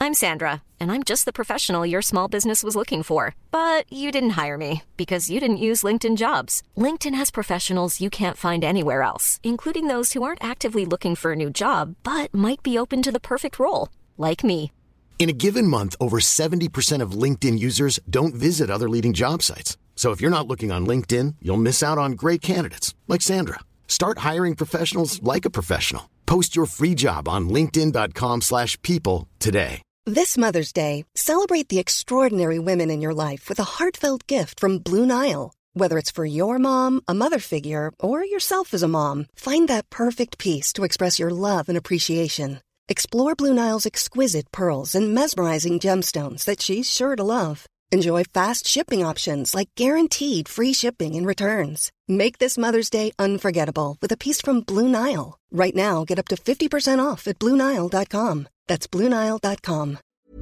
I'm Sandra, and I'm just the professional your small business was looking for. But you didn't hire me because you didn't use LinkedIn Jobs. LinkedIn has professionals you can't find anywhere else, including those who aren't actively looking for a new job, but might be open to the perfect role, like me. In a given month, over 70% of LinkedIn users don't visit other leading job sites. So if you're not looking on LinkedIn, you'll miss out on great candidates like Sandra. Start hiring professionals like a professional. Post your free job on linkedin.com/people today. This Mother's Day, celebrate the extraordinary women in your life with a heartfelt gift from Blue Nile. Whether it's for your mom, a mother figure, or yourself as a mom, find that perfect piece to express your love and appreciation. Explore Blue Nile's exquisite pearls and mesmerizing gemstones that she's sure to love. Enjoy fast shipping options like guaranteed free shipping and returns. Make this Mother's Day unforgettable with a piece from Blue Nile. Right now, get up to 50% off at BlueNile.com. That's BlueNile.com.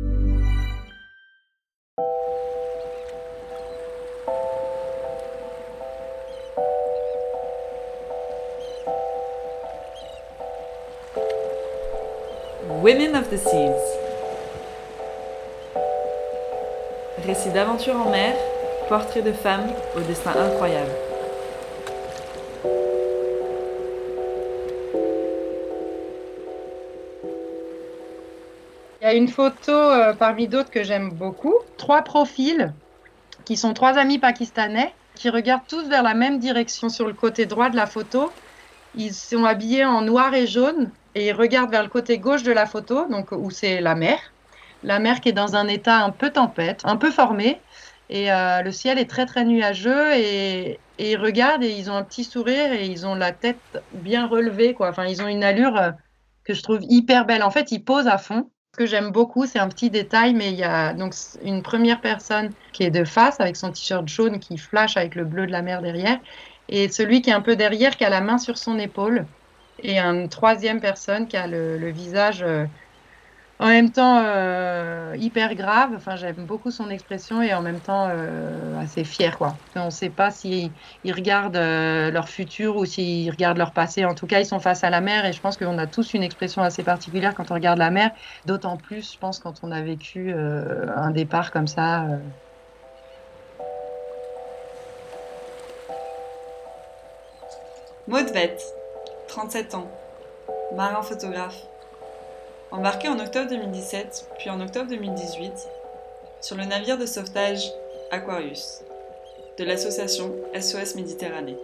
Women of the Seas. Récits d'aventures en mer, portraits de femmes au destin incroyable. Il y a une photo parmi d'autres que j'aime beaucoup. 3 profils qui sont 3 amis pakistanais qui regardent tous vers la même direction. Sur le côté droit de la photo, ils sont habillés en noir et jaune et ils regardent vers le côté gauche de la photo, donc où c'est la mer. La mer qui est dans un état un peu tempête, un peu formé. Et le ciel est très très nuageux et ils regardent et ils ont un petit sourire et ils ont la tête bien relevée, quoi. Enfin, ils ont une allure que je trouve hyper belle. En fait, ils posent à fond. Ce que j'aime beaucoup, c'est un petit détail, mais il y a donc une première personne qui est de face avec son t-shirt jaune qui flash avec le bleu de la mer derrière, et celui qui est un peu derrière qui a la main sur son épaule, et une troisième personne qui a le visage en même temps hyper grave. Enfin, j'aime beaucoup son expression et en même temps assez fier, quoi. On ne sait pas s'ils regardent leur futur ou s'ils regardent leur passé. En tout cas, ils sont face à la mer et je pense qu'on a tous une expression assez particulière quand on regarde la mer. D'autant plus, je pense, quand on a vécu un départ comme ça. Maud Vett, 37 ans, marin photographe. Embarqué en octobre 2017, puis en octobre 2018, sur le navire de sauvetage Aquarius, de l'association SOS Méditerranée.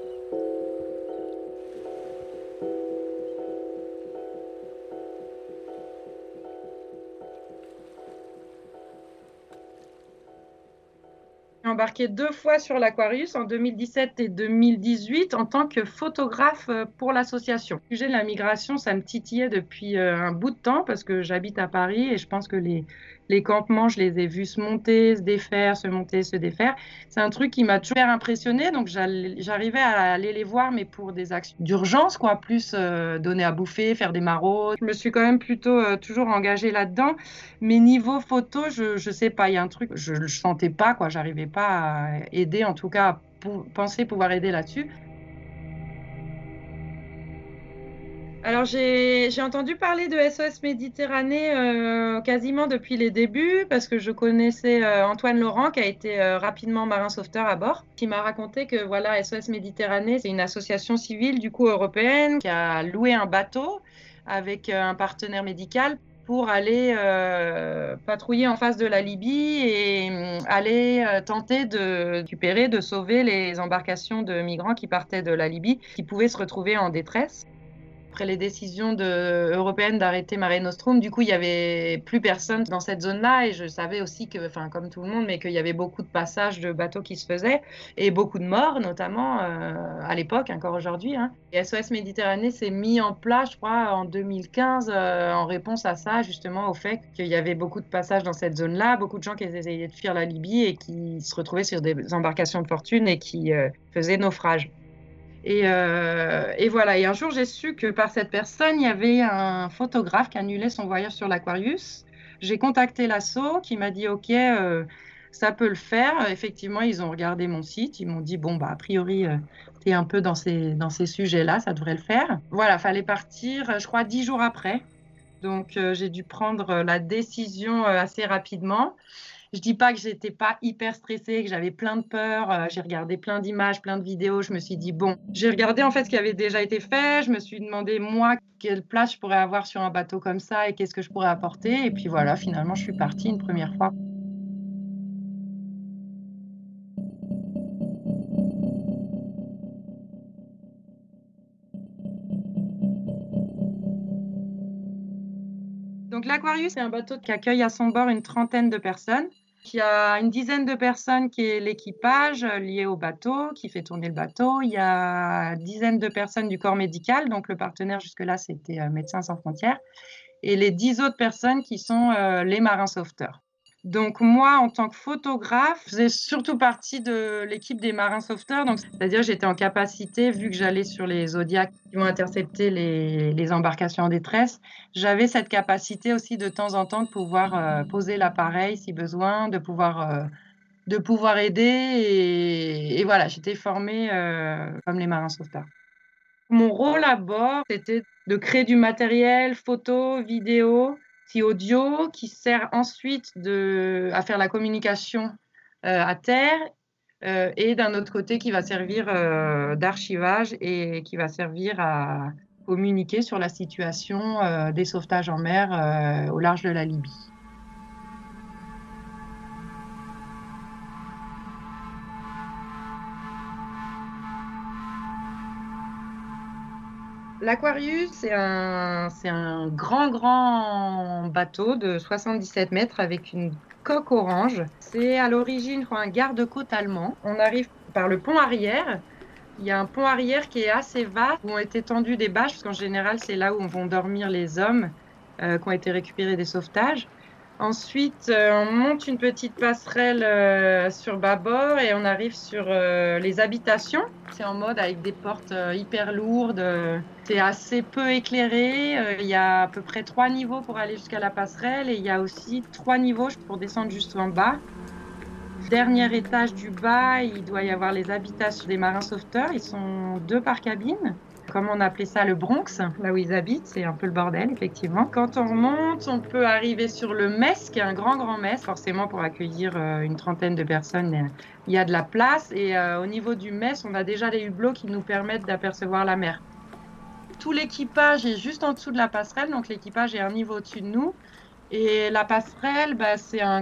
J'ai embarqué 2 fois sur l'Aquarius, en 2017 et 2018, en tant que photographe pour l'association. Le sujet de la migration, ça me titillait depuis un bout de temps parce que j'habite à Paris et je pense que les campements, je les ai vus se monter, se défaire, se monter, se défaire. C'est un truc qui m'a toujours impressionné, donc j'arrivais à aller les voir, mais pour des actions d'urgence, quoi, plus donner à bouffer, faire des maraudes. Je me suis quand même plutôt toujours engagée là-dedans, mais niveau photo, je sais pas, il y a un truc, je le sentais pas, quoi, j'arrivais pas à aider, en tout cas à penser pouvoir aider là-dessus. Alors j'ai entendu parler de SOS Méditerranée quasiment depuis les débuts parce que je connaissais Antoine Laurent qui a été rapidement marin sauveteur à bord, qui m'a raconté que voilà, SOS Méditerranée, c'est une association civile du coup européenne qui a loué un bateau avec un partenaire médical pour aller patrouiller en face de la Libye et aller tenter de récupérer, de sauver les embarcations de migrants qui partaient de la Libye, qui pouvaient se retrouver en détresse. Après les décisions européennes d'arrêter Mare Nostrum, du coup, il n'y avait plus personne dans cette zone-là et je savais aussi que, enfin, comme tout le monde, mais qu'il y avait beaucoup de passages de bateaux qui se faisaient et beaucoup de morts, notamment à l'époque, encore aujourd'hui. Hein. Et SOS Méditerranée s'est mis en place, je crois, en 2015 en réponse à ça, justement, au fait qu'il y avait beaucoup de passages dans cette zone-là, beaucoup de gens qui essayaient de fuir la Libye et qui se retrouvaient sur des embarcations de fortune et qui faisaient naufrage. Et voilà. Et un jour, j'ai su que par cette personne, il y avait un photographe qui annulait son voyage sur l'Aquarius. J'ai contacté l'asso qui m'a dit OK, ça peut le faire. Effectivement, ils ont regardé mon site. Ils m'ont dit bon, bah, a priori, tu es un peu dans ces sujets-là, ça devrait le faire. Voilà, fallait partir, je crois, 10 jours après. Donc, j'ai dû prendre la décision assez rapidement. Je dis pas que j'étais pas hyper stressée, que j'avais plein de peur. J'ai regardé plein d'images, plein de vidéos. Je me suis dit, bon, j'ai regardé en fait ce qui avait déjà été fait. Je me suis demandé, moi, quelle place je pourrais avoir sur un bateau comme ça et qu'est-ce que je pourrais apporter. Et puis voilà, finalement, je suis partie une première fois. Donc l'Aquarius, c'est un bateau qui accueille à son bord une trentaine de personnes. Il y a une dizaine de personnes qui est l'équipage lié au bateau, qui fait tourner le bateau. Il y a une dizaine de personnes du corps médical, donc le partenaire jusque-là, c'était Médecins sans frontières. Et les 10 autres personnes qui sont les marins sauveteurs. Donc moi, en tant que photographe, je faisais surtout partie de l'équipe des marins sauveteurs. Donc, c'est-à-dire j'étais en capacité, vu que j'allais sur les Zodiacs qui vont intercepter les embarcations en détresse, j'avais cette capacité aussi de temps en temps de pouvoir poser l'appareil si besoin, de pouvoir aider. Et voilà, j'étais formée comme les marins sauveteurs. Mon rôle à bord, c'était de créer du matériel, photo, vidéo, puis audio, qui sert ensuite à faire la communication à terre, et d'un autre côté qui va servir d'archivage et qui va servir à communiquer sur la situation des sauvetages en mer au large de la Libye. L'Aquarius, c'est un grand bateau de 77 mètres avec une coque orange. C'est à l'origine un garde-côte allemand. On arrive par le pont arrière. Il y a un pont arrière qui est assez vaste où ont été tendues des bâches, parce qu'en général, c'est là où vont dormir les hommes qui ont été récupérés des sauvetages. Ensuite, on monte une petite passerelle sur bâbord et on arrive sur les habitations. C'est en mode avec des portes hyper lourdes. C'est assez peu éclairé. Il y a à peu près 3 niveaux pour aller jusqu'à la passerelle et il y a aussi 3 niveaux pour descendre juste en bas. Dernier étage du bas, il doit y avoir les habitations des marins sauveteurs. Ils sont 2 par cabine. Comme on appelait ça le Bronx, là où ils habitent, c'est un peu le bordel, effectivement. Quand on remonte, on peut arriver sur le mess, qui est un grand mess. Forcément, pour accueillir une trentaine de personnes, il y a de la place. Et au niveau du mess, on a déjà les hublots qui nous permettent d'apercevoir la mer. Tout l'équipage est juste en dessous de la passerelle, donc l'équipage est un niveau au-dessus de nous. Et la passerelle, c'est un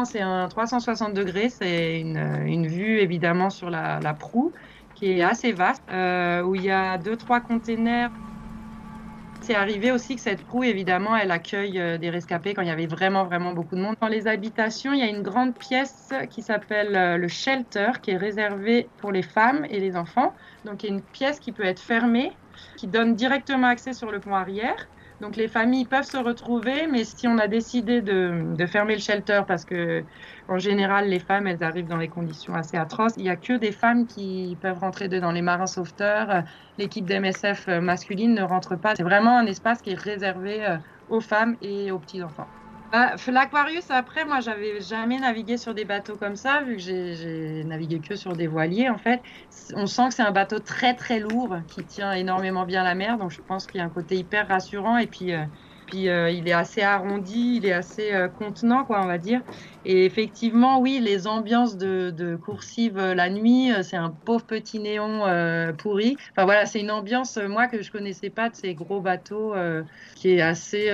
360 degrés, c'est une vue évidemment sur la proue, qui est assez vaste, où il y a 2-3 containers. C'est arrivé aussi que cette proue, évidemment, elle accueille des rescapés quand il y avait vraiment beaucoup de monde. Dans les habitations, il y a une grande pièce qui s'appelle le shelter, qui est réservée pour les femmes et les enfants. Donc, il y a une pièce qui peut être fermée, qui donne directement accès sur le pont arrière. Donc les familles peuvent se retrouver, mais si on a décidé de fermer le shelter, parce que en général les femmes elles arrivent dans des conditions assez atroces, il n'y a que des femmes qui peuvent rentrer dedans. Les marins sauveteurs, l'équipe d'MSF masculine ne rentre pas. C'est vraiment un espace qui est réservé aux femmes et aux petits enfants. L'Aquarius, après, moi, j'avais jamais navigué sur des bateaux comme ça, vu que j'ai navigué que sur des voiliers, en fait. On sent que c'est un bateau très lourd, qui tient énormément bien la mer, donc je pense qu'il y a un côté hyper rassurant, et puis il est assez arrondi, il est assez contenant, quoi, on va dire. Et effectivement, oui, les ambiances de coursive la nuit, c'est un pauvre petit néon pourri. Enfin voilà, c'est une ambiance, moi, que je connaissais pas de ces gros bateaux, qui est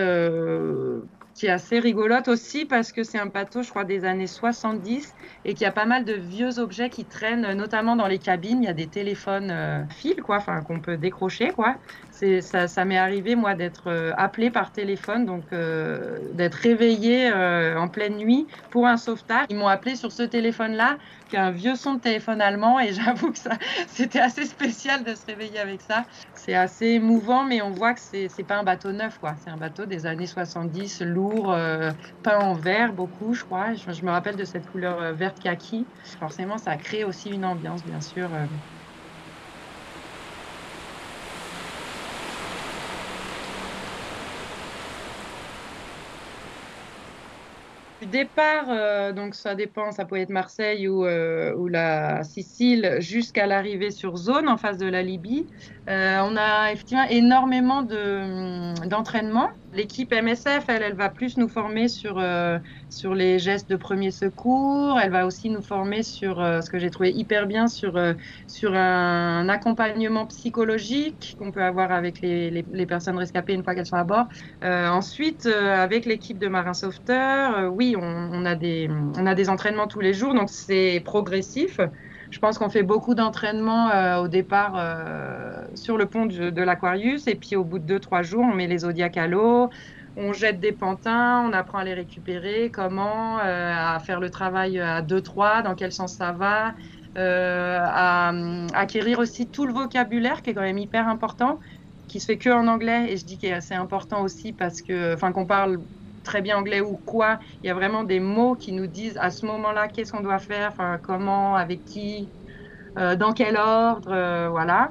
assez rigolote aussi parce que c'est un bateau, je crois, des années 70 et qu'il y a pas mal de vieux objets qui traînent, notamment dans les cabines. Il y a des téléphones fils, quoi, enfin, qu'on peut décrocher, quoi. Ça m'est arrivé, moi, d'être appelée par téléphone, donc d'être réveillée en pleine nuit pour un sauvetage. Ils m'ont appelée sur ce téléphone-là, qui est un vieux son de téléphone allemand, et j'avoue que c'était assez spécial de se réveiller avec ça. C'est assez émouvant, mais on voit que c'est pas un bateau neuf, quoi. C'est un bateau des années 70, lourd, peint en vert, beaucoup, je crois. Je me rappelle de cette couleur verte kaki. Forcément, ça crée aussi une ambiance, bien sûr. Du départ, donc ça dépend, ça peut être Marseille ou la Sicile, jusqu'à l'arrivée sur zone en face de la Libye. On a effectivement énormément d'entraînement. L'équipe MSF, elle va plus nous former sur les gestes de premier secours. Elle va aussi nous former sur ce que j'ai trouvé hyper bien, sur un accompagnement psychologique qu'on peut avoir avec les personnes rescapées une fois qu'elles sont à bord. Ensuite, avec l'équipe de marins sauveteurs, oui, on a des entraînements tous les jours, donc c'est progressif. Je pense qu'on fait beaucoup d'entraînements au départ sur le pont de l'Aquarius, et puis au bout de 2-3 jours, on met les zodiacs à l'eau, on jette des pantins, on apprend à les récupérer, comment, à faire le travail à 2-3, dans quel sens ça va, à acquérir aussi tout le vocabulaire qui est quand même hyper important, qui se fait que en anglais, et je dis qu'il est assez important aussi parce que, enfin, qu'on parle très bien anglais ou quoi, il y a vraiment des mots qui nous disent à ce moment-là qu'est-ce qu'on doit faire, enfin, comment, avec qui, dans quel ordre, voilà.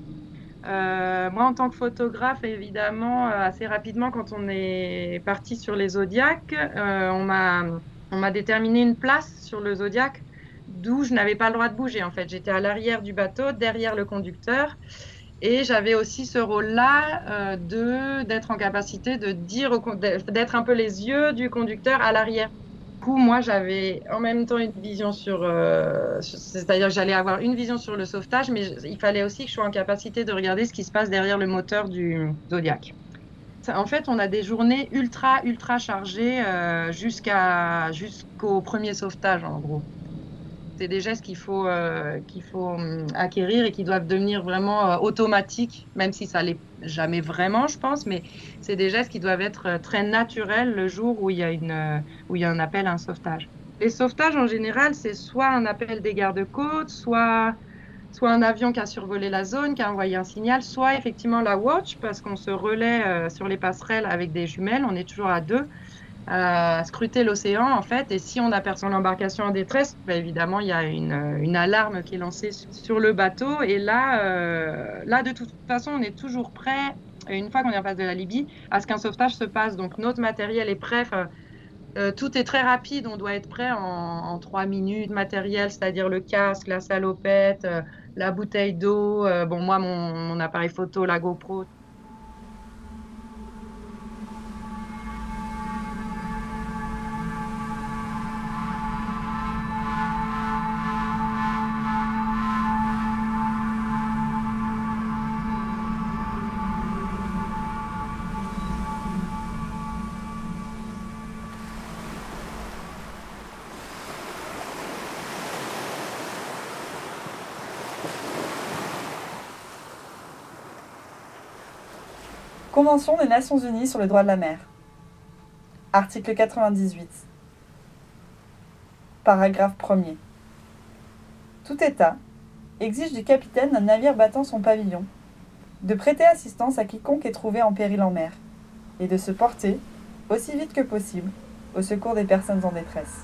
Moi, en tant que photographe, évidemment, assez rapidement, quand on est parti sur les Zodiacs, on m'a déterminé une place sur le Zodiac d'où je n'avais pas le droit de bouger. En fait, j'étais à l'arrière du bateau, derrière le conducteur. Et j'avais aussi ce rôle-là d'être en capacité de dire, d'être un peu les yeux du conducteur à l'arrière. Du coup, moi, j'avais en même temps une vision c'est-à-dire que j'allais avoir une vision sur le sauvetage, mais il fallait aussi que je sois en capacité de regarder ce qui se passe derrière le moteur du Zodiac. En fait, on a des journées ultra chargées jusqu'au premier sauvetage, en gros. C'est des gestes qu'il faut acquérir et qui doivent devenir vraiment automatiques, même si ça l'est jamais vraiment, je pense, mais c'est des gestes qui doivent être très naturels le jour où il y a un appel à un sauvetage. Les sauvetages, en général, c'est soit un appel des gardes-côtes, soit un avion qui a survolé la zone, qui a envoyé un signal, soit effectivement la watch, parce qu'on se relaie sur les passerelles avec des jumelles, on est toujours à 2. Scruter l'océan en fait, et si on aperçoit l'embarcation en détresse, évidemment il y a une alarme qui est lancée sur le bateau, et là de toute façon on est toujours prêt, une fois qu'on est en face de la Libye, à ce qu'un sauvetage se passe. Donc notre matériel est prêt, tout est très rapide, on doit être prêt en 3 minutes, matériel, c'est-à-dire le casque, la salopette, la bouteille d'eau, moi mon appareil photo, la GoPro. Convention des Nations Unies sur le droit de la mer. Article 98. Paragraphe 1er. Tout État exige du capitaine d'un navire battant son pavillon de prêter assistance à quiconque est trouvé en péril en mer et de se porter, aussi vite que possible, au secours des personnes en détresse.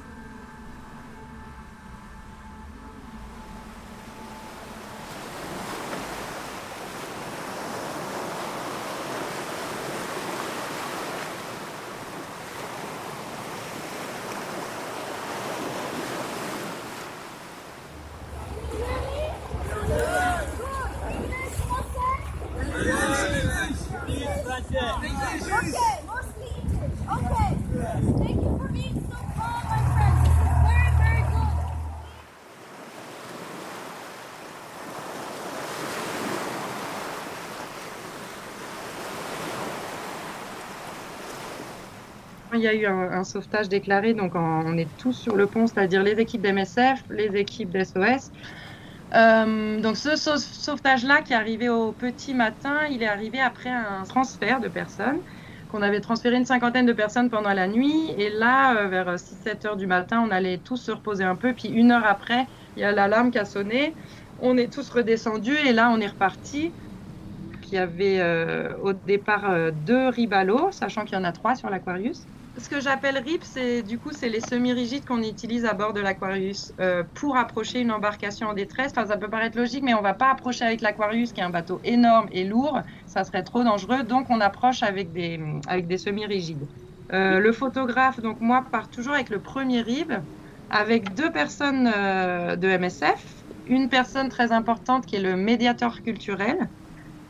Il y a eu un sauvetage déclaré, donc on est tous sur le pont, c'est-à-dire les équipes d'MSF, les équipes d'SOS. Donc ce sauvetage-là qui est arrivé au petit matin, il est arrivé après un transfert de personnes, qu'on avait transféré une 50aine de personnes pendant la nuit, et là, vers 6-7 heures du matin, on allait tous se reposer un peu, puis 1 heure après, il y a l'alarme qui a sonné, on est tous redescendus, et là, on est reparti. Il y avait au départ 2 ribalos, sachant qu'il y en a 3 sur l'Aquarius. Ce que j'appelle RIP, c'est les semi-rigides qu'on utilise à bord de l'Aquarius pour approcher une embarcation en détresse. Enfin, ça peut paraître logique, mais on ne va pas approcher avec l'Aquarius, qui est un bateau énorme et lourd. Ça serait trop dangereux, donc on approche avec des semi-rigides. Le photographe, donc moi, part toujours avec le premier RIB, avec 2 personnes de MSF, une personne très importante qui est le médiateur culturel,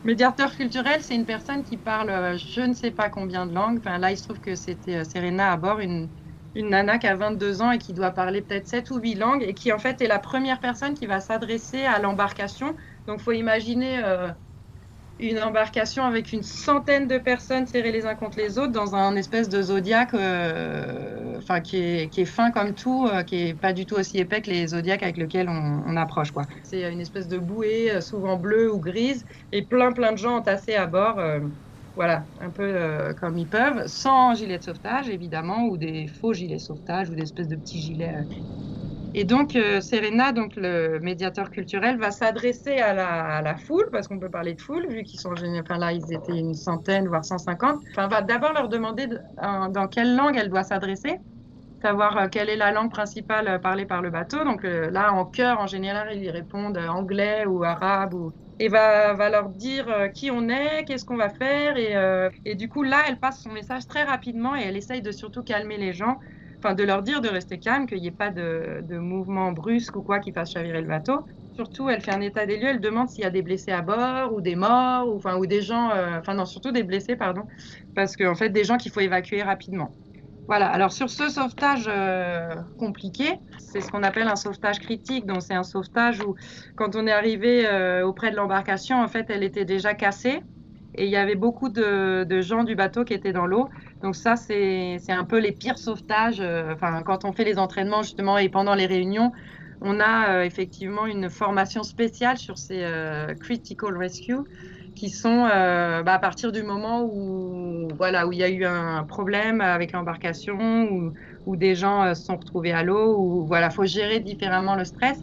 Médiateur culturel, c'est une personne qui parle je ne sais pas combien de langues. Enfin, là, il se trouve que c'était Serena à bord, une nana qui a 22 ans et qui doit parler peut-être 7 ou 8 langues et qui, en fait, est la première personne qui va s'adresser à l'embarcation. Donc, il faut imaginer une embarcation avec une centaine de personnes serrées les uns contre les autres dans un espèce de zodiaque qui est fin comme tout, qui est pas du tout aussi épais que les zodiaques avec lesquels on approche, quoi. C'est une espèce de bouée, souvent bleue ou grise, et plein de gens entassés à bord, voilà, un peu comme ils peuvent, sans gilet de sauvetage évidemment, ou des faux gilets de sauvetage, ou des espèces de petits gilets. Et donc, Serena, donc le médiateur culturel, va s'adresser à la foule, parce qu'on peut parler de foule, vu qu'ils sont, enfin là, ils étaient une centaine, voire 150. Enfin, va d'abord leur demander dans quelle langue elle doit s'adresser, savoir quelle est la langue principale parlée par le bateau. Donc là, en chœur, en général, ils répondent anglais ou arabe. Et va leur dire qui on est, qu'est-ce qu'on va faire. Et du coup, là, elle passe son message très rapidement et elle essaye de surtout calmer les gens. Enfin, de leur dire de rester calme, qu'il n'y ait pas de mouvement brusque ou quoi qui fasse chavirer le bateau. Surtout, elle fait un état des lieux, elle demande s'il y a des blessés à bord ou des morts, ou des gens, non, surtout des blessés, pardon, parce qu'en fait, des gens qu'il faut évacuer rapidement. Voilà, alors sur ce sauvetage compliqué, c'est ce qu'on appelle un sauvetage critique. Donc, c'est un sauvetage où, quand on est arrivé auprès de l'embarcation, en fait, elle était déjà cassée et il y avait beaucoup de gens du bateau qui étaient dans l'eau. Donc ça, c'est un peu les pires sauvetages. Quand on fait les entraînements justement et pendant les réunions, on a effectivement une formation spéciale sur ces critical rescue qui sont à partir du moment où il y a eu un problème avec l'embarcation ou des gens se sont retrouvés à l'eau ou voilà, faut gérer différemment le stress.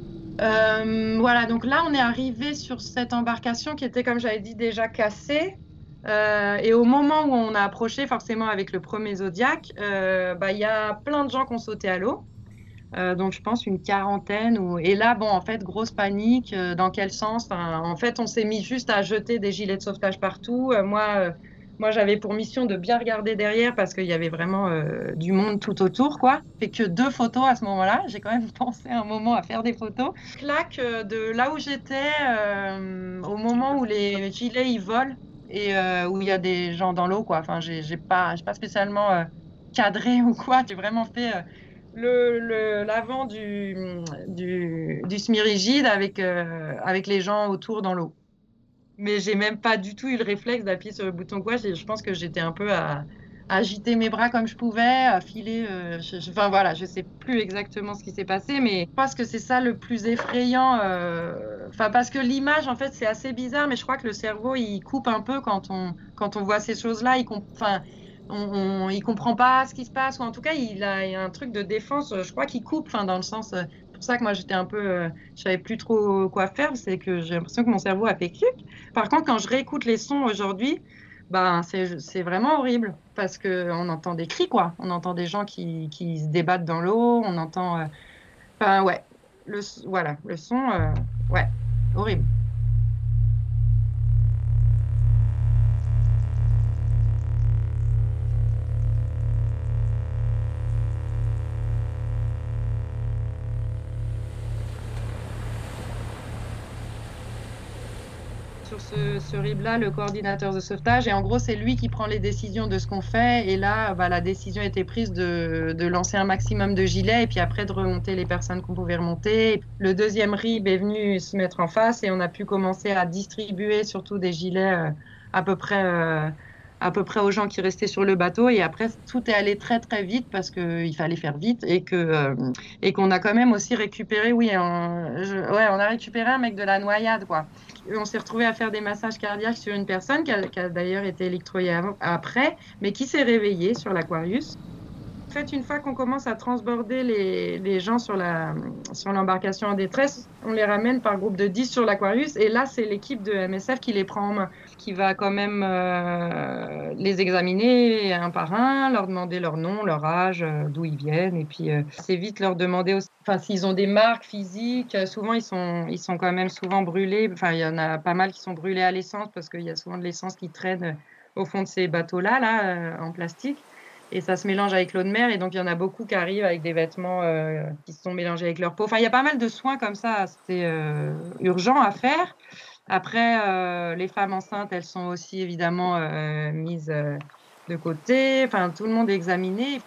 Donc là, on est arrivé sur cette embarcation qui était, comme j'avais dit, déjà cassée. Et au moment où on a approché, forcément avec le premier Zodiac, il y a plein de gens qui ont sauté à l'eau. Donc je pense une quarantaine. Et là, bon, en fait, grosse panique. Dans quel sens? En fait, on s'est mis juste à jeter des gilets de sauvetage partout. Moi, j'avais pour mission de bien regarder derrière parce qu'il y avait vraiment du monde tout autour, quoi. Fait que 2 photos à ce moment-là. J'ai quand même pensé un moment à faire des photos. Claque de là où j'étais, au moment où les gilets ils volent et où il y a des gens dans l'eau, quoi. Enfin, j'ai pas spécialement cadré ou quoi. J'ai vraiment fait l'avant du semi-rigide avec les gens autour dans l'eau. Mais j'ai même pas du tout eu le réflexe d'appuyer sur le bouton gauche. Je pense que j'étais un peu à agiter mes bras comme je pouvais, à filer. Je sais plus exactement ce qui s'est passé, mais je pense que c'est ça le plus effrayant. Parce que l'image, en fait, c'est assez bizarre, mais je crois que le cerveau, il coupe un peu quand on voit ces choses-là. Il comprend pas ce qui se passe, ou en tout cas, il y a un truc de défense, je crois qu'il coupe, dans le sens, c'est pour ça que moi j'étais un peu, je savais plus trop quoi faire, c'est que j'ai l'impression que mon cerveau a fait clic. Par contre, quand je réécoute les sons aujourd'hui, c'est vraiment horrible, parce qu'on entend des cris, quoi. On entend des gens qui se débattent dans l'eau, on entend, le son, horrible. Sur ce RIB-là, le coordinateur de sauvetage, et en gros, c'est lui qui prend les décisions de ce qu'on fait. Et là, la décision était prise de lancer un maximum de gilets et puis après de remonter les personnes qu'on pouvait remonter. Le deuxième RIB est venu se mettre en face et on a pu commencer à distribuer surtout des gilets à peu près aux gens qui restaient sur le bateau. Et après, tout est allé très très vite parce qu'il fallait faire vite et qu'on a quand même aussi récupéré, on a récupéré un mec de la noyade, quoi. On s'est retrouvé à faire des massages cardiaques sur une personne qui a d'ailleurs été électroyée après, mais qui s'est réveillée sur l'Aquarius. En fait, une fois qu'on commence à transborder les gens sur l'embarcation en détresse, on les ramène par groupe de 10 sur l'Aquarius. Et là, c'est l'équipe de MSF qui les prend en main, qui va quand même les examiner un par un, leur demander leur nom, leur âge, d'où ils viennent. Et puis, c'est vite leur demander aussi, s'ils ont des marques physiques. Souvent, ils sont quand même souvent brûlés. Il y en a pas mal qui sont brûlés à l'essence parce qu'il y a souvent de l'essence qui traîne au fond de ces bateaux-là, en plastique. Et ça se mélange avec l'eau de mer. Et donc, il y en a beaucoup qui arrivent avec des vêtements qui se sont mélangés avec leur peau. Il y a pas mal de soins comme ça. C'était urgent à faire. Après, les femmes enceintes, elles sont aussi évidemment mises de côté. Enfin, tout le monde est examiné.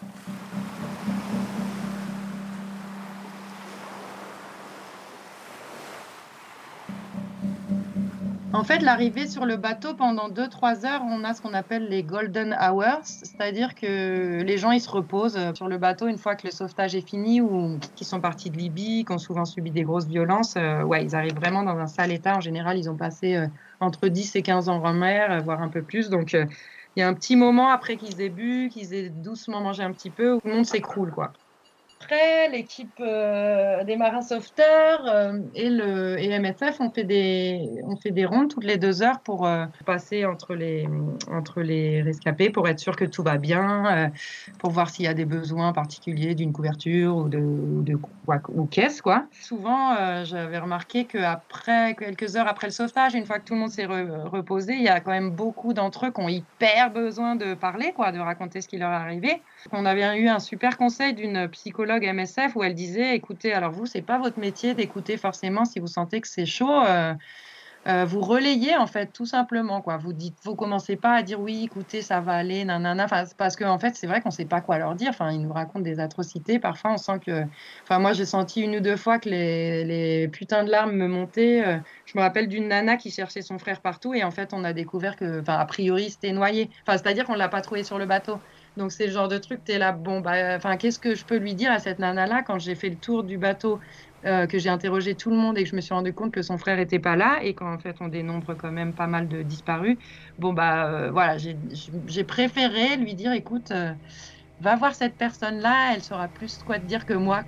En fait, l'arrivée sur le bateau, pendant 2-3 heures, on a ce qu'on appelle les golden hours, c'est-à-dire que les gens, ils se reposent sur le bateau une fois que le sauvetage est fini ou qui sont partis de Libye, qui ont souvent subi des grosses violences. Ouais, ils arrivent vraiment dans un sale état. En général, ils ont passé entre 10 et 15 ans en mer, voire un peu plus. Donc, il y a un petit moment après qu'ils aient bu, qu'ils aient doucement mangé un petit peu, où tout le monde s'écroule, quoi. Après, l'équipe des marins sauveteurs et MSF ont fait des rondes toutes les 2 heures pour passer entre les rescapés pour être sûr que tout va bien, pour voir s'il y a des besoins particuliers d'une couverture ou qu'est-ce, quoi. Souvent, j'avais remarqué qu'après, quelques heures après le sauvetage, une fois que tout le monde s'est reposé, il y a quand même beaucoup d'entre eux qui ont hyper besoin de parler, quoi, de raconter ce qui leur est arrivé. On avait eu un super conseil d'une psychologue MSF où elle disait, écoutez, alors vous, c'est pas votre métier d'écouter forcément si vous sentez que c'est chaud. Vous relayez en fait tout simplement, quoi. Vous commencez pas à dire oui, écoutez, ça va aller, nanana. Enfin, parce que en fait, c'est vrai qu'on sait pas quoi leur dire. Enfin, ils nous racontent des atrocités. Parfois, on sent que. Enfin, moi, j'ai senti 1 ou 2 fois que les putains de larmes me montaient. Je me rappelle d'une nana qui cherchait son frère partout et en fait, on a découvert que, enfin, a priori, c'était noyé. Enfin, c'est-à-dire qu'on l'a pas trouvé sur le bateau. Donc, c'est le genre de truc, t'es là, bon, bah, enfin, qu'est-ce que je peux lui dire à cette nana-là quand j'ai fait le tour du bateau, que j'ai interrogé tout le monde et que je me suis rendu compte que son frère était pas là et qu'en fait, on dénombre quand même pas mal de disparus. Bon, bah, voilà, j'ai préféré lui dire, écoute, va voir cette personne-là, elle saura plus quoi te dire que moi.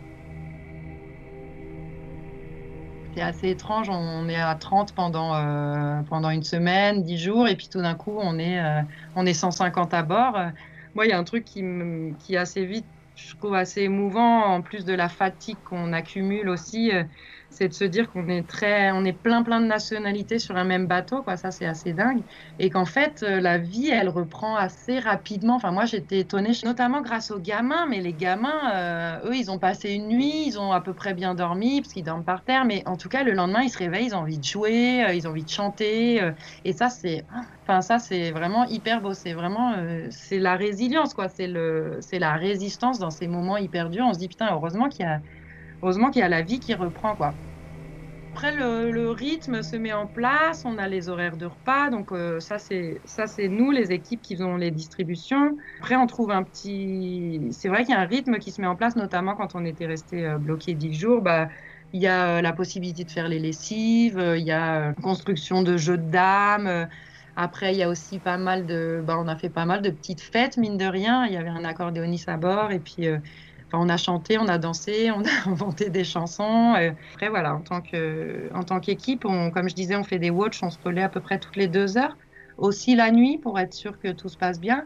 C'est assez étrange, on est à 30 pendant une semaine, 10 jours, et puis tout d'un coup, on est 150 à bord. Moi, il y a un truc qui assez vite, je trouve assez émouvant, en plus de la fatigue qu'on accumule aussi, c'est de se dire on est plein de nationalités sur un même bateau, quoi. Ça, c'est assez dingue. Et qu'en fait, la vie, elle reprend assez rapidement. Enfin, moi, j'étais étonnée, notamment grâce aux gamins, mais les gamins, eux, ils ont passé une nuit, ils ont à peu près bien dormi, parce qu'ils dorment par terre, mais en tout cas, le lendemain, ils se réveillent, ils ont envie de jouer, ils ont envie de chanter, et ça, c'est vraiment hyper beau. C'est vraiment, c'est la résilience, quoi. C'est la résistance dans ces moments hyper durs. On se dit, putain, heureusement qu'il y a la vie qui reprend, quoi. Après, le rythme se met en place, on a les horaires de repas, donc ça c'est nous, les équipes qui faisons les distributions. Après, on trouve c'est vrai qu'il y a un rythme qui se met en place, notamment quand on était resté bloqué 10 jours. Bah, il y a la possibilité de faire les lessives, il y a construction de jeux de dames. Après, il y a aussi on a fait pas mal de petites fêtes, mine de rien. Il y avait un accordéoniste à bord et puis enfin, on a chanté, on a dansé, on a inventé des chansons. Après, voilà, en tant qu'équipe, comme je disais, on fait des watches, on se relaie à peu près toutes les 2 heures. Aussi la nuit pour être sûr que tout se passe bien.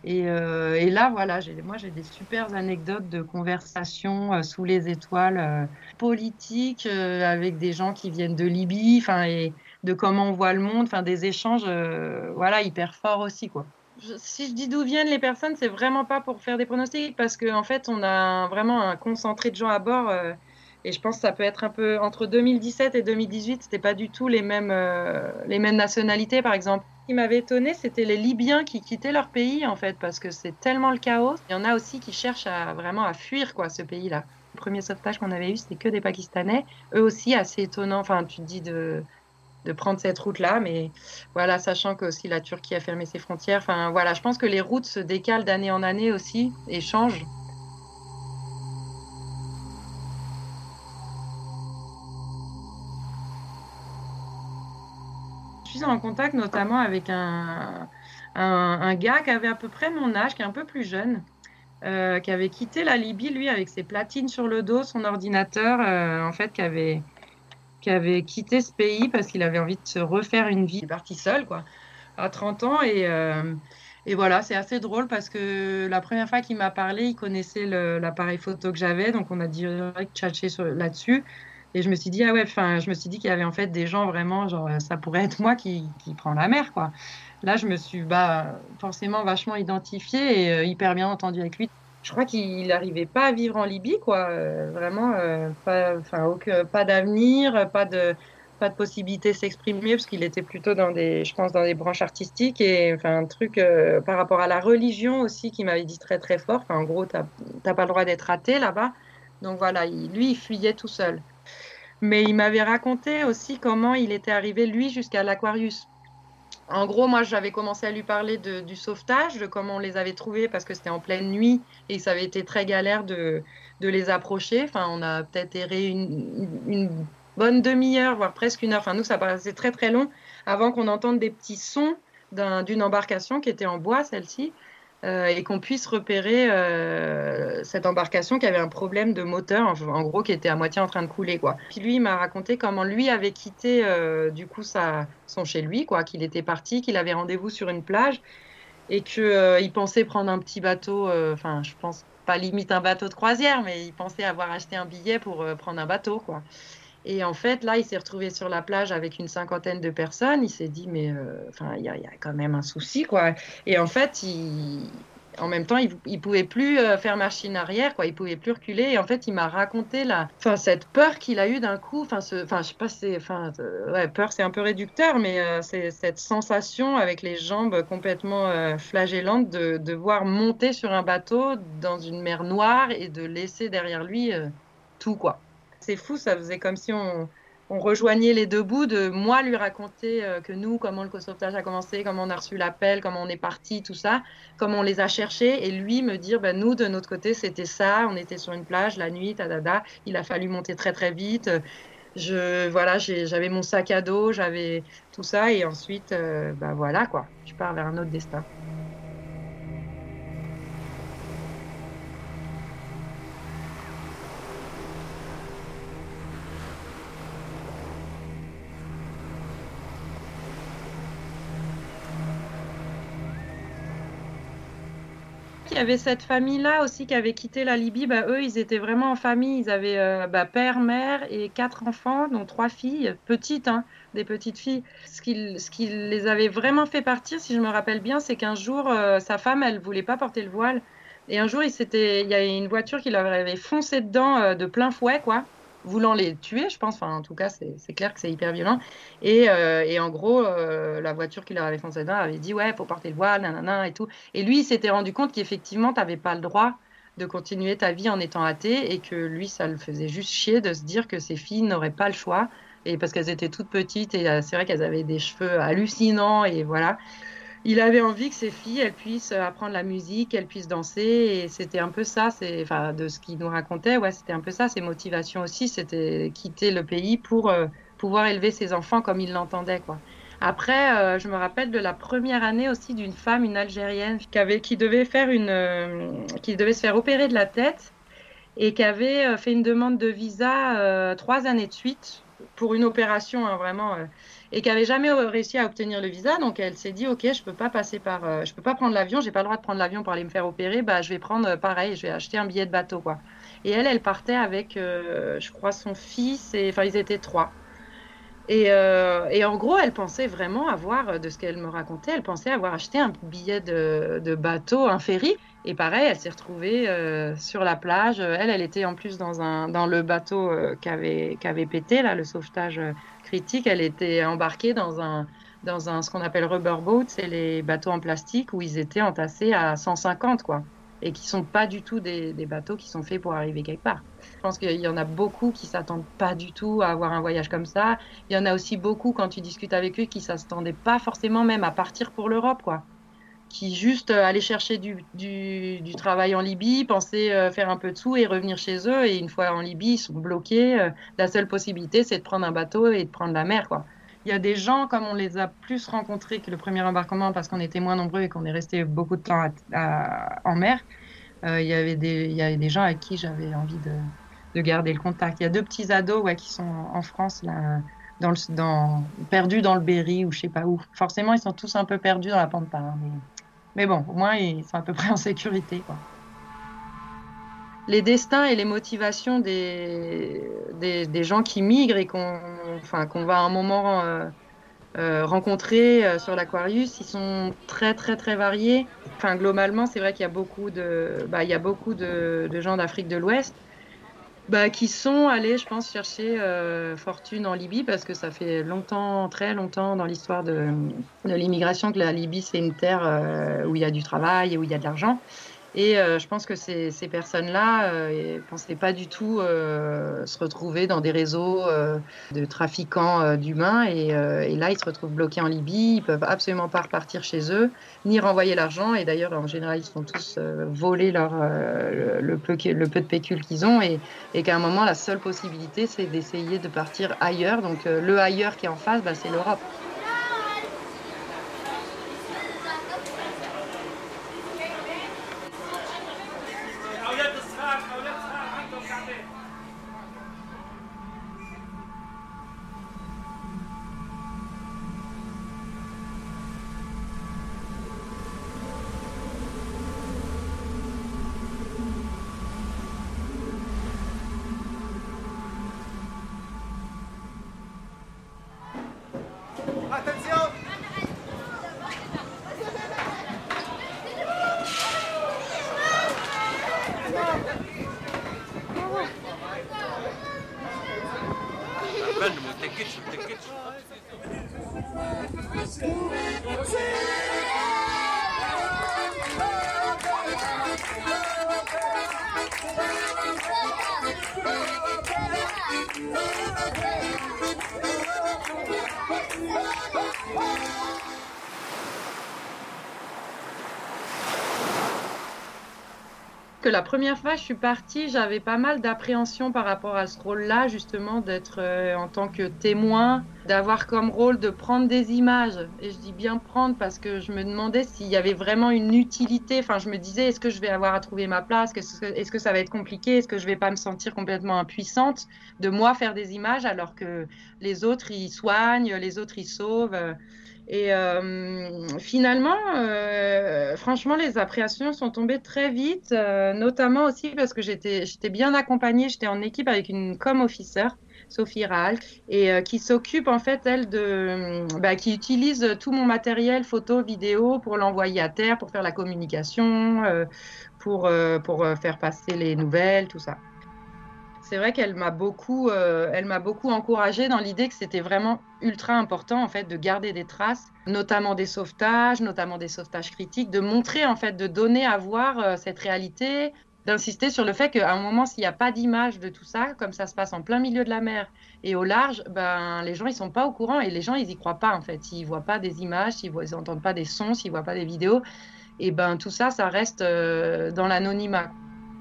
Et là, voilà, moi, j'ai des super anecdotes de conversations sous les étoiles politiques avec des gens qui viennent de Libye, enfin, et de comment on voit le monde, enfin, des échanges, voilà, hyper forts aussi, quoi. Si je dis d'où viennent les personnes, c'est vraiment pas pour faire des pronostics, parce qu'en fait, on a vraiment un concentré de gens à bord. Et je pense que ça peut être un peu entre 2017 et 2018, c'était pas du tout les mêmes nationalités, par exemple. Ce qui m'avait étonné, c'était les Libyens qui quittaient leur pays, en fait, parce que c'est tellement le chaos. Il y en a aussi qui cherchent vraiment à fuir, quoi, ce pays-là. Le premier sauvetage qu'on avait eu, c'était que des Pakistanais. Eux aussi, assez étonnant. Enfin, tu te dis de prendre cette route-là, mais voilà, sachant que aussi la Turquie a fermé ses frontières. Enfin, voilà, je pense que les routes se décalent d'année en année aussi et changent. Je suis en contact notamment avec un gars qui avait à peu près mon âge, qui est un peu plus jeune, qui avait quitté la Libye, lui, avec ses platines sur le dos, son ordinateur, en fait, qui avait quitté ce pays parce qu'il avait envie de se refaire une vie. Il est parti seul, quoi, à 30 ans. Et voilà, c'est assez drôle parce que la première fois qu'il m'a parlé, il connaissait l'appareil photo que j'avais, donc on a direct tchatché là-dessus. Et je me suis dit, ah ouais, enfin, je me suis dit qu'il y avait en fait des gens vraiment, genre, ça pourrait être moi qui prends la mer, quoi. Là, je me suis forcément vachement identifiée et hyper bien entendue avec lui. Je crois qu'il n'arrivait pas à vivre en Libye, quoi. Vraiment, pas d'avenir, pas de possibilité de s'exprimer parce qu'il était plutôt dans des branches artistiques et enfin un truc par rapport à la religion aussi qui m'avait dit très très fort. Enfin, en gros, t'as pas le droit d'être athée là-bas. Donc voilà, lui, il fuyait tout seul. Mais il m'avait raconté aussi comment il était arrivé, lui, jusqu'à l'Aquarius. En gros, moi, j'avais commencé à lui parler du sauvetage, de comment on les avait trouvés, parce que c'était en pleine nuit et ça avait été très galère de les approcher. Enfin, on a peut-être erré une bonne demi-heure, voire presque une heure. Enfin, nous, ça paraissait très, très long avant qu'on entende des petits sons d'une embarcation qui était en bois, celle-ci. Et qu'on puisse repérer cette embarcation qui avait un problème de moteur, en gros, qui était à moitié en train de couler, quoi. Puis lui, il m'a raconté comment lui avait quitté du coup son chez lui, quoi, qu'il était parti, qu'il avait rendez-vous sur une plage et qu'il pensait prendre un petit bateau, enfin, je pense pas limite un bateau de croisière, mais il pensait avoir acheté un billet pour prendre un bateau, quoi. Et en fait, là, il s'est retrouvé sur la plage avec une cinquantaine de personnes. Il s'est dit, mais enfin, il y a quand même un souci, quoi. Et en fait, en même temps, il pouvait plus faire machine arrière, quoi. Il pouvait plus reculer. Et en fait, il m'a raconté cette peur qu'il a eue d'un coup. Enfin, je sais pas, ouais, peur, c'est un peu réducteur, mais c'est cette sensation avec les jambes complètement flagellantes de devoir monter sur un bateau dans une mer noire et de laisser derrière lui tout, quoi. C'est fou, ça faisait comme si on rejoignait les deux bouts de moi lui raconter que nous, comment le co-sauvetage a commencé, comment on a reçu l'appel, comment on est parti, tout ça, comment on les a cherchés, et lui me dire, ben, nous, de notre côté, c'était ça, on était sur une plage la nuit, tadada, il a fallu monter très très vite, j'avais mon sac à dos, j'avais tout ça, et ensuite, ben voilà, quoi, je pars vers un autre destin. Il y avait cette famille-là aussi qui avait quitté la Libye. Bah, eux, ils étaient vraiment en famille. Ils avaient père, mère et 4 enfants, dont 3 filles, petites, hein, des petites filles. Ce qui les avait vraiment fait partir, si je me rappelle bien, c'est qu'un jour, sa femme, elle voulait pas porter le voile. Et un jour, il y a une voiture qui leur avait foncé dedans de plein fouet, quoi, voulant les tuer, je pense. Enfin, en tout cas, c'est clair que c'est hyper violent. Et en gros, la voiture qui leur avait foncé dedans avait dit, ouais, faut porter le voile, nanana, et tout. Et lui, il s'était rendu compte qu'effectivement, tu n'avais pas le droit de continuer ta vie en étant athée et que lui, ça le faisait juste chier de se dire que ses filles n'auraient pas le choix. Et parce qu'elles étaient toutes petites et c'est vrai qu'elles avaient des cheveux hallucinants et voilà. Il avait envie que ses filles, elles puissent apprendre la musique, qu'elles puissent danser. Et c'était un peu ça, enfin, de ce qu'il nous racontait, ouais, c'était un peu ça, ses motivations aussi, c'était quitter le pays pour pouvoir élever ses enfants comme il l'entendait, quoi. Après, je me rappelle de la première année aussi d'une femme, une Algérienne, qui devait qui devait se faire opérer de la tête et qui avait fait une demande de visa 3 années de suite pour une opération, hein, vraiment, et qui n'avait jamais réussi à obtenir le visa. Donc elle s'est dit, ok, je peux pas je peux pas prendre l'avion, j'ai pas le droit de prendre l'avion pour aller me faire opérer. Bah, je vais prendre pareil, je vais acheter un billet de bateau, quoi. Et elle partait avec, je crois, son fils, enfin ils étaient 3. Et en gros, elle pensait vraiment avoir, de ce qu'elle me racontait, elle pensait avoir acheté un billet de bateau, un ferry. Et pareil, elle s'est retrouvée sur la plage. Elle était en plus dans le bateau qui avait pété, là, le sauvetage critique. Elle était embarquée dans ce qu'on appelle rubber boat, c'est les bateaux en plastique où ils étaient entassés à 150, quoi. Et qui sont pas du tout des bateaux qui sont faits pour arriver quelque part. Je pense qu'il y en a beaucoup qui s'attendent pas du tout à avoir un voyage comme ça. Il y en a aussi beaucoup, quand tu discutes avec eux, qui s'attendaient pas forcément même à partir pour l'Europe, quoi. Qui juste allaient chercher du travail en Libye, pensaient faire un peu de sous et revenir chez eux. Et une fois en Libye, ils sont bloqués. La seule possibilité, c'est de prendre un bateau et de prendre la mer, quoi. Il y a des gens, comme on les a plus rencontrés que le premier embarquement parce qu'on était moins nombreux et qu'on est resté beaucoup de temps en mer, il y avait des gens avec qui j'avais envie de garder le contact. Il y a 2 petits ados, ouais, qui sont en France, là, perdus dans le Berry ou je sais pas où. Forcément, ils sont tous un peu perdus dans la pampa, hein, mais bon, au moins, ils sont à peu près en sécurité, quoi. Les destins et les motivations des gens qui migrent et qu'on va à un moment rencontrer sur l'Aquarius, ils sont très très très variés. Enfin, globalement, c'est vrai qu'il y a beaucoup de gens d'Afrique de l'Ouest, Qui sont allés, je pense, chercher fortune en Libye parce que ça fait longtemps, très longtemps dans l'histoire de l'immigration que la Libye, c'est une terre où il y a du travail et où il y a de l'argent. Et je pense que ces personnes-là ne pensaient pas du tout se retrouver dans des réseaux de trafiquants d'humains. Et là, ils se retrouvent bloqués en Libye. Ils ne peuvent absolument pas repartir chez eux, ni renvoyer l'argent. Et d'ailleurs, en général, ils se font tous voler le peu de pécule qu'ils ont. Et qu'à un moment, la seule possibilité, c'est d'essayer de partir ailleurs. Donc, le ailleurs qui est en face, c'est l'Europe. Que la première fois je suis partie, j'avais pas mal d'appréhension par rapport à ce rôle-là, justement, d'être en tant que témoin, d'avoir comme rôle de prendre des images. Et je dis bien prendre parce que je me demandais s'il y avait vraiment une utilité. Enfin, je me disais, est-ce que je vais avoir à trouver ma place? Est-ce que ça va être compliqué? Est-ce que je vais pas me sentir complètement impuissante de moi faire des images alors que les autres, ils soignent, les autres, ils sauvent? Et finalement, franchement, les appréhensions sont tombées très vite, notamment aussi parce que j'étais bien accompagnée, j'étais en équipe avec une com-officer, Sophie Raal, et qui s'occupe en fait, elle, qui utilise tout mon matériel, photo, vidéo, pour l'envoyer à terre, pour faire la communication, pour faire passer les nouvelles, tout ça. C'est vrai qu'elle m'a beaucoup encouragée dans l'idée que c'était vraiment ultra important en fait de garder des traces, notamment des sauvetages critiques, de montrer en fait, de donner à voir cette réalité, d'insister sur le fait qu'à un moment s'il n'y a pas d'image de tout ça, comme ça se passe en plein milieu de la mer et au large, les gens ils sont pas au courant et les gens ils y croient pas en fait, s'ils voient pas des images, s'ils entendent pas des sons, s'ils voient pas des vidéos, et tout ça reste dans l'anonymat.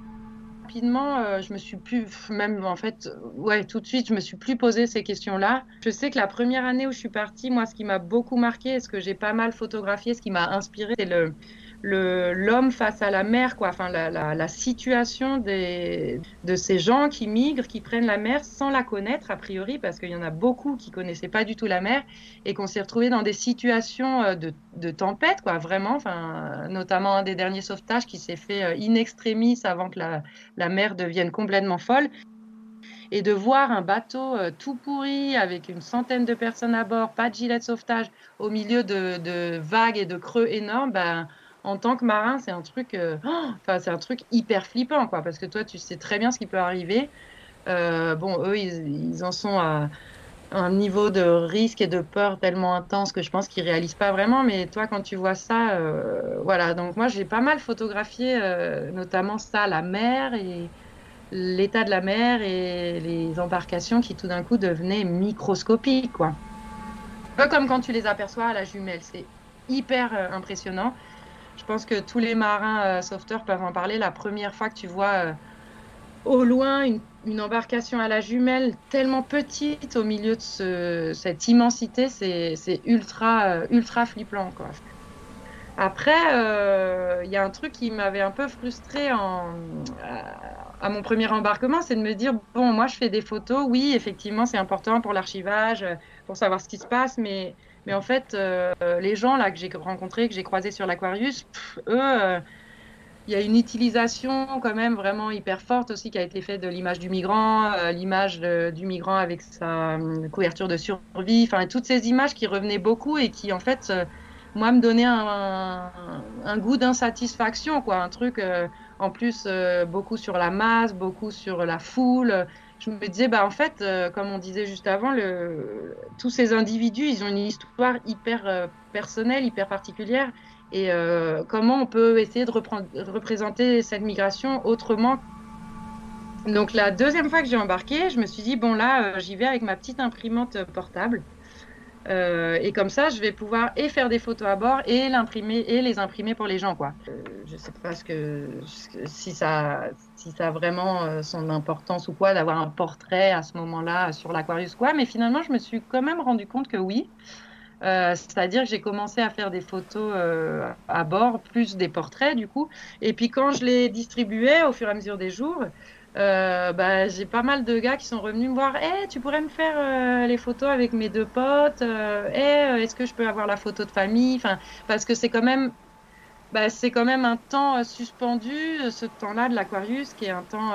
Rapidement, je me suis plus, même en fait, tout de suite, je me suis plus posé ces questions-là. Je sais que la première année où je suis partie, moi, ce qui m'a beaucoup marqué, et ce que j'ai pas mal photographié, ce qui m'a inspiré, c'est l'homme face à la mer, quoi. Enfin, la situation de ces gens qui migrent, qui prennent la mer sans la connaître, a priori, parce qu'il y en a beaucoup qui connaissaient pas du tout la mer et qu'on s'est retrouvés dans des situations de tempête, quoi, vraiment. Enfin, notamment un des derniers sauvetages qui s'est fait in extremis avant que la mer devienne complètement folle. Et de voir un bateau tout pourri avec une centaine de personnes à bord, pas de gilet de sauvetage, au milieu de vagues et de creux énormes, en tant que marin, c'est un truc hyper flippant, quoi, parce que toi, tu sais très bien ce qui peut arriver. Eux, ils en sont à un niveau de risque et de peur tellement intense que je pense qu'ils réalisent pas vraiment. Mais toi, quand tu vois ça, voilà. Donc moi, j'ai pas mal photographié, notamment ça, la mer et l'état de la mer et les embarcations qui tout d'un coup devenaient microscopiques, quoi. Un peu comme quand tu les aperçois à la jumelle, c'est hyper impressionnant. Je pense que tous les marins sauveteurs peuvent en parler. La première fois que tu vois au loin une embarcation à la jumelle tellement petite au milieu de cette immensité, c'est ultra flippant, quoi. Après, y a un truc qui m'avait un peu frustrée à mon premier embarquement, c'est de me dire, bon, moi je fais des photos, oui, effectivement c'est important pour l'archivage, pour savoir ce qui se passe, mais en fait, les gens là que j'ai rencontrés, que j'ai croisés sur l'Aquarius, eux, il y a une utilisation quand même vraiment hyper forte aussi qui a été faite de l'image du migrant, l'image du migrant avec sa couverture de survie, enfin toutes ces images qui revenaient beaucoup et qui en fait, moi me donnaient un goût d'insatisfaction, quoi, un truc, en plus beaucoup sur la masse, beaucoup sur la foule. Je me disais, en fait, comme on disait juste avant, tous ces individus, ils ont une histoire hyper personnelle, hyper particulière. Et comment on peut essayer de représenter cette migration autrement. Donc la deuxième fois que j'ai embarqué, je me suis dit, bon là, j'y vais avec ma petite imprimante portable. Et comme ça, je vais pouvoir et faire des photos à bord et les imprimer pour les gens, quoi. Je sais pas si ça a vraiment son importance ou quoi d'avoir un portrait à ce moment-là sur l'Aquarius, quoi. Mais finalement, je me suis quand même rendu compte que oui. C'est-à-dire que j'ai commencé à faire des photos à bord, plus des portraits du coup. Et puis quand je les distribuais au fur et à mesure des jours, j'ai pas mal de gars qui sont revenus me voir. Hey, tu pourrais me faire les photos avec mes 2 potes. Est-ce que je peux avoir la photo de famille? Enfin, parce que c'est quand même un temps suspendu, ce temps-là de l'Aquarius, qui est un temps,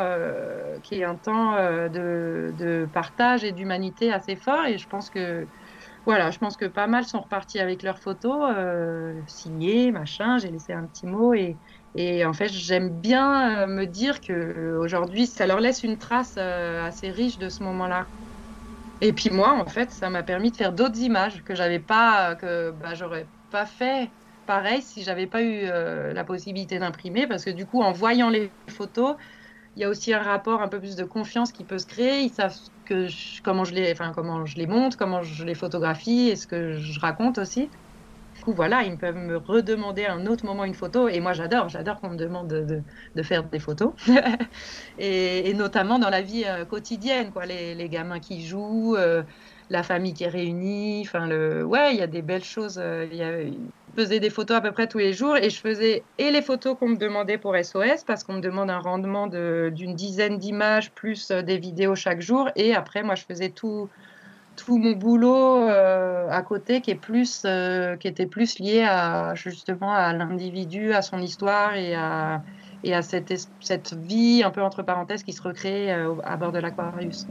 de partage et d'humanité assez fort. Et je pense que pas mal sont repartis avec leurs photos signées, machin. J'ai laissé un petit mot et en fait, j'aime bien me dire que aujourd'hui, ça leur laisse une trace assez riche de ce moment-là. Et puis moi, en fait, ça m'a permis de faire d'autres images que j'aurais pas fait pareil si j'avais pas eu la possibilité d'imprimer, parce que du coup, en voyant les photos, il y a aussi un rapport un peu plus de confiance qui peut se créer. Ils savent comment je les monte, comment je les photographie et ce que je raconte aussi. Du coup, voilà, ils peuvent me redemander à un autre moment une photo. Et moi, j'adore qu'on me demande de faire des photos. et notamment dans la vie quotidienne, quoi. Les gamins qui jouent, la famille qui est réunie. Enfin, il y a des belles choses. Je faisais des photos à peu près tous les jours et je faisais les photos qu'on me demandait pour SOS parce qu'on me demande un rendement d'une dizaine d'images plus des vidéos chaque jour. Et après, moi, je faisais tout mon boulot à côté qui était plus lié justement à l'individu, à son histoire et à cette vie un peu entre parenthèses qui se recrée à bord de l'Aquarius.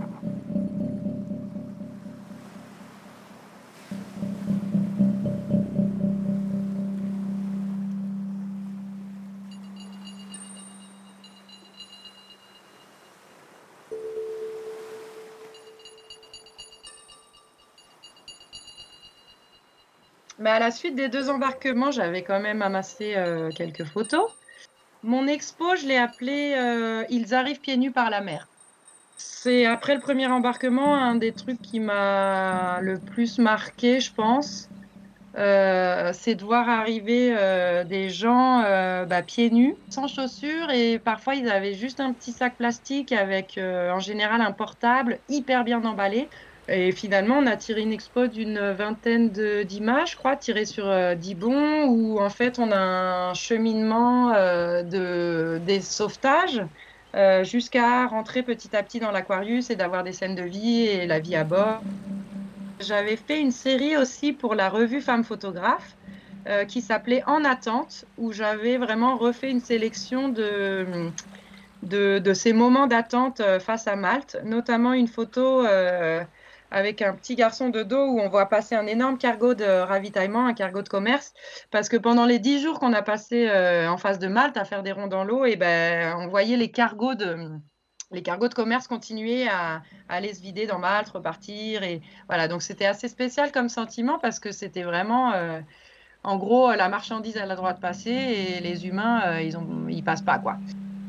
Mais à la suite des 2 embarquements, j'avais quand même amassé quelques photos. Mon expo, je l'ai appelée Ils arrivent pieds nus par la mer. C'est après le premier embarquement un des trucs qui m'a le plus marqué, je pense. C'est de voir arriver des gens pieds nus, sans chaussures, et parfois ils avaient juste un petit sac plastique avec en général un portable hyper bien emballé. Et finalement, on a tiré une expo d'une vingtaine d'images, je crois, tirées sur 10 bons, où en fait on a un cheminement des sauvetages jusqu'à rentrer petit à petit dans l'Aquarius et d'avoir des scènes de vie et la vie à bord. J'avais fait une série aussi pour la revue Femmes Photographes qui s'appelait En attente, où j'avais vraiment refait une sélection de ces moments d'attente face à Malte, notamment une photo avec un petit garçon de dos où on voit passer un énorme cargo de ravitaillement, un cargo de commerce, parce que pendant les 10 jours qu'on a passé en face de Malte à faire des ronds dans l'eau, on voyait les cargos de commerce continuer à aller se vider dans Malte, repartir. Et voilà, donc c'était assez spécial comme sentiment parce que c'était vraiment, en gros, la marchandise a le droit de passer et les humains, ils passent pas, quoi.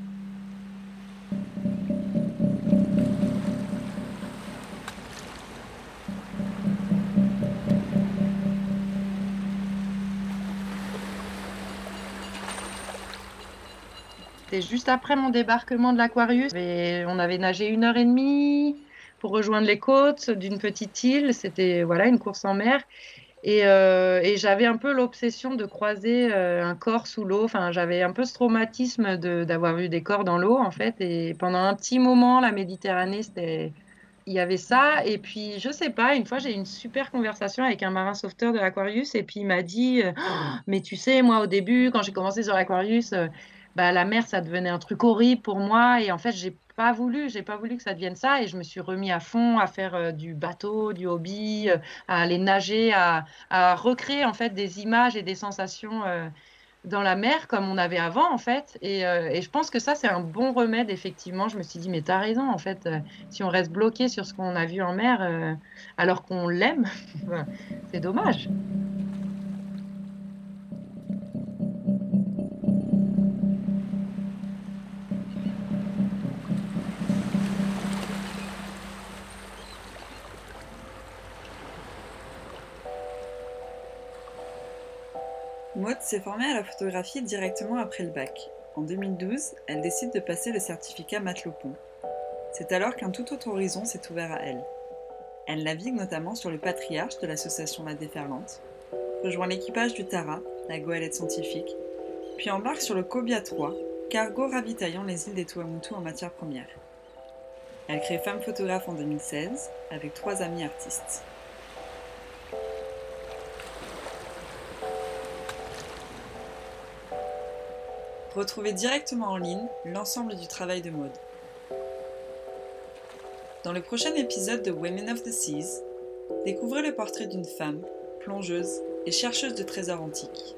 C'était juste après mon débarquement de l'Aquarius. On avait nagé 1 heure et demie pour rejoindre les côtes d'une petite île. C'était une course en mer. Et j'avais un peu l'obsession de croiser un corps sous l'eau. Enfin, j'avais un peu ce traumatisme d'avoir vu des corps dans l'eau, en fait. Et pendant un petit moment, la Méditerranée, il y avait ça. Et puis, je sais pas, une fois, j'ai eu une super conversation avec un marin sauveteur de l'Aquarius. Et puis, il m'a dit, mais tu sais, moi, au début, quand j'ai commencé sur l'Aquarius, la mer, ça devenait un truc horrible pour moi. Et en fait, j'ai pas voulu que ça devienne ça. Et je me suis remis à fond à faire du bateau, du hobby, à aller nager, à recréer en fait des images et des sensations dans la mer comme on avait avant, en fait. Et je pense que ça, c'est un bon remède, effectivement. Je me suis dit, mais t'as raison, en fait. Si on reste bloqué sur ce qu'on a vu en mer, alors qu'on l'aime, c'est dommage. Maud s'est formée à la photographie directement après le bac. En 2012, elle décide de passer le certificat Matelot-Pont. C'est alors qu'un tout autre horizon s'est ouvert à elle. Elle navigue notamment sur le Patriarche de l'association La Déferlante, rejoint l'équipage du Tara, la goélette scientifique, puis embarque sur le Cobia 3, cargo ravitaillant les îles des Tuamotu en matières premières. Elle crée Femme Photographe en 2016 avec 3 amis artistes. Retrouvez directement en ligne l'ensemble du travail de Maud. Dans le prochain épisode de Women of the Seas, découvrez le portrait d'une femme, plongeuse et chercheuse de trésors antiques.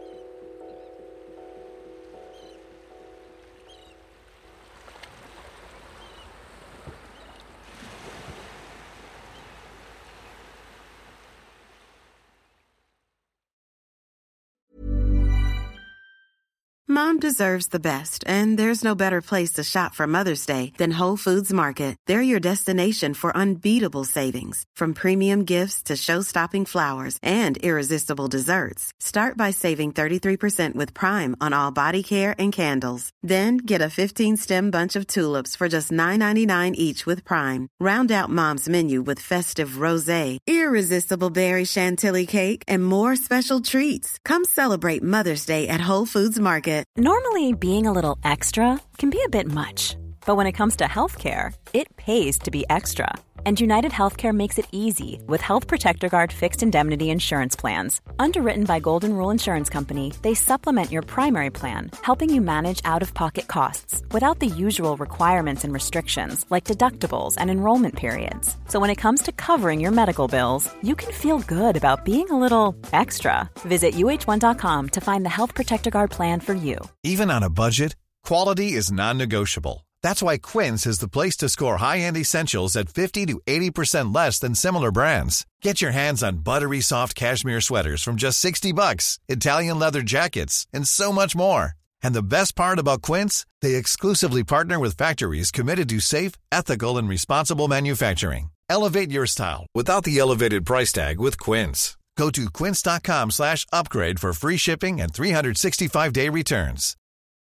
Mom deserves the best, and there's no better place to shop for Mother's Day than Whole Foods Market. They're your destination for unbeatable savings, from premium gifts to show-stopping flowers and irresistible desserts. Start by saving 33% with Prime on all body care and candles. Then get a 15-stem bunch of tulips for just $9.99 each with Prime. Round out Mom's menu with festive rosé, irresistible berry chantilly cake, and more special treats. Come celebrate Mother's Day at Whole Foods Market. Normally, being a little extra can be a bit much. But when it comes to healthcare, it pays to be extra. And United Healthcare makes it easy with Health Protector Guard fixed indemnity insurance plans. Underwritten by Golden Rule Insurance Company, they supplement your primary plan, helping you manage out-of-pocket costs without the usual requirements and restrictions like deductibles and enrollment periods. So when it comes to covering your medical bills, you can feel good about being a little extra. Visit uh1.com to find the Health Protector Guard plan for you. Even on a budget, quality is non-negotiable. That's why Quince is the place to score high-end essentials at 50 to 80% less than similar brands. Get your hands on buttery soft cashmere sweaters from just $60, Italian leather jackets, and so much more. And the best part about Quince, they exclusively partner with factories committed to safe, ethical, and responsible manufacturing. Elevate your style without the elevated price tag with Quince. Go to quince.com/upgrade for free shipping and 365-day returns.